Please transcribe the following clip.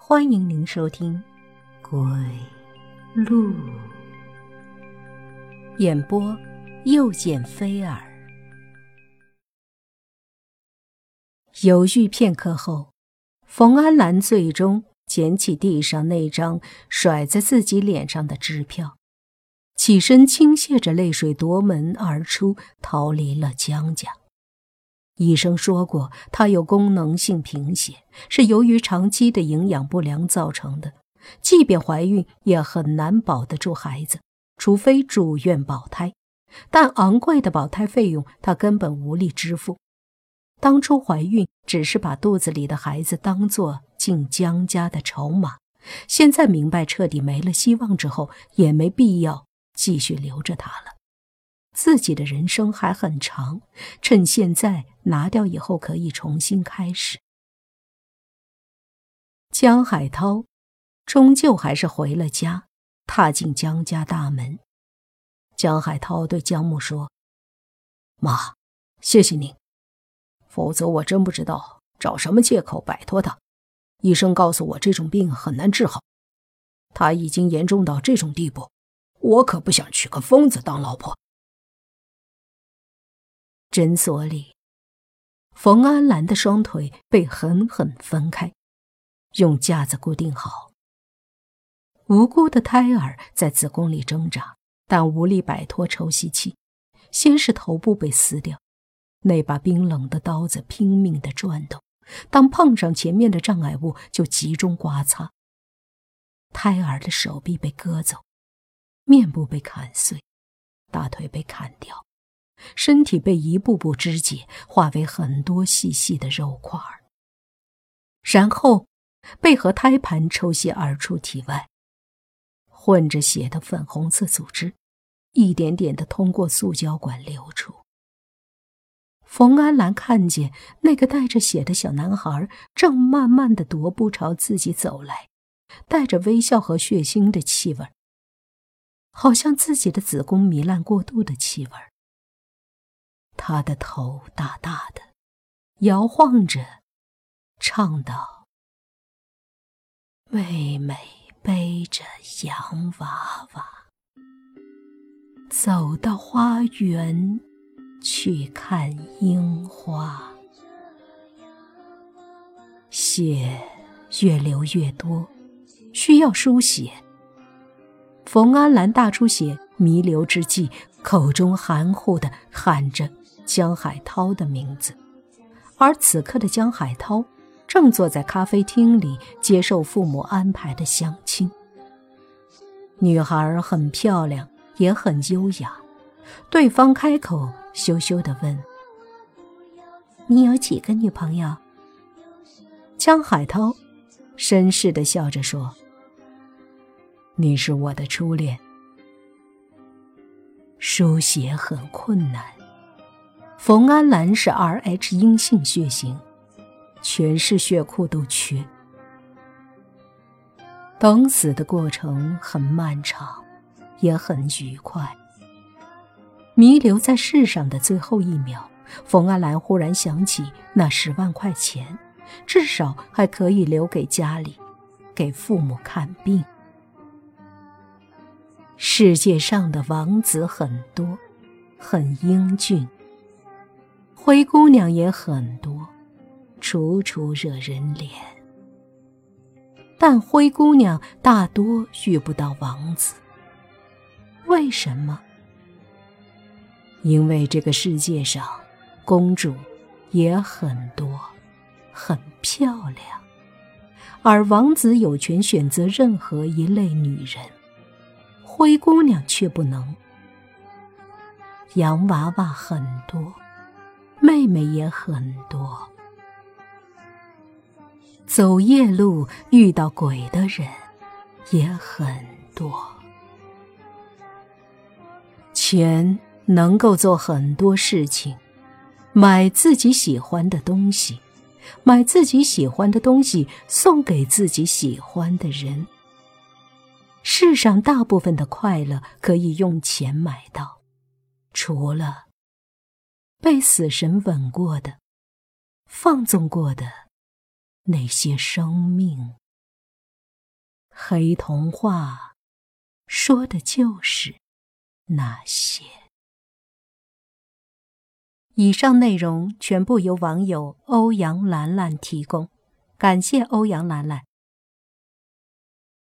欢迎您收听《鬼路》，演播又见菲儿。犹豫片刻后，冯安兰最终捡起地上那张甩在自己脸上的支票，起身倾泻着泪水夺门而出，逃离了江家。医生说过，她有功能性贫血，是由于长期的营养不良造成的，即便怀孕也很难保得住孩子，除非住院保胎，但昂贵的保胎费用她根本无力支付。当初怀孕只是把肚子里的孩子当作进江家的筹码，现在明白彻底没了希望之后，也没必要继续留着她了。自己的人生还很长，趁现在拿掉以后可以重新开始。江海涛终究还是回了家，踏进江家大门。江海涛对江木说：“妈，谢谢您，否则我真不知道找什么借口摆脱他。医生告诉我这种病很难治好，他已经严重到这种地步，我可不想娶个疯子当老婆。”诊所里，冯安兰的双腿被狠狠分开，用架子固定好。无辜的胎儿在子宫里挣扎，但无力摆脱抽吸器。先是头部被撕掉，那把冰冷的刀子拼命地转动，当碰上前面的障碍物就集中刮擦。胎儿的手臂被割走，面部被砍碎，大腿被砍掉，身体被一步步肢解，化为很多细细的肉块，然后被和胎盘抽泄而出体外。混着血的粉红色组织一点点地通过塑胶管流出。冯安兰看见那个带着血的小男孩正慢慢地踱步朝自己走来，带着微笑和血腥的气味，好像自己的子宫糜烂过度的气味。他的头大大的，摇晃着，唱道：“妹妹背着洋娃娃，走到花园去看樱花。”血越流越多，需要输血。冯安兰大出血弥留之际，口中含糊地喊着江海涛的名字，而此刻的江海涛正坐在咖啡厅里接受父母安排的相亲。女孩很漂亮，也很优雅。对方开口羞羞地问：“你有几个女朋友？”江海涛绅士地笑着说：“你是我的初恋。”输血很困难。冯安兰是 Rh 阴性血型，全市血库都缺。等死的过程很漫长，也很愉快。弥留在世上的最后一秒，冯安兰忽然想起那10万块钱，至少还可以留给家里，给父母看病。世界上的王子很多，很英俊，灰姑娘也很多，楚楚惹人怜。但灰姑娘大多遇不到王子，为什么？因为这个世界上公主也很多，很漂亮，而王子有权选择任何一类女人，灰姑娘却不能。洋娃娃很多，妹妹也很多，走夜路遇到鬼的人也很多。钱能够做很多事情，买自己喜欢的东西，买自己喜欢的东西送给自己喜欢的人。世上大部分的快乐可以用钱买到，除了被死神吻过的、放纵过的那些生命。 黑童话说的就是那些。以上内容全部由网友欧阳兰兰提供，感谢欧阳兰兰。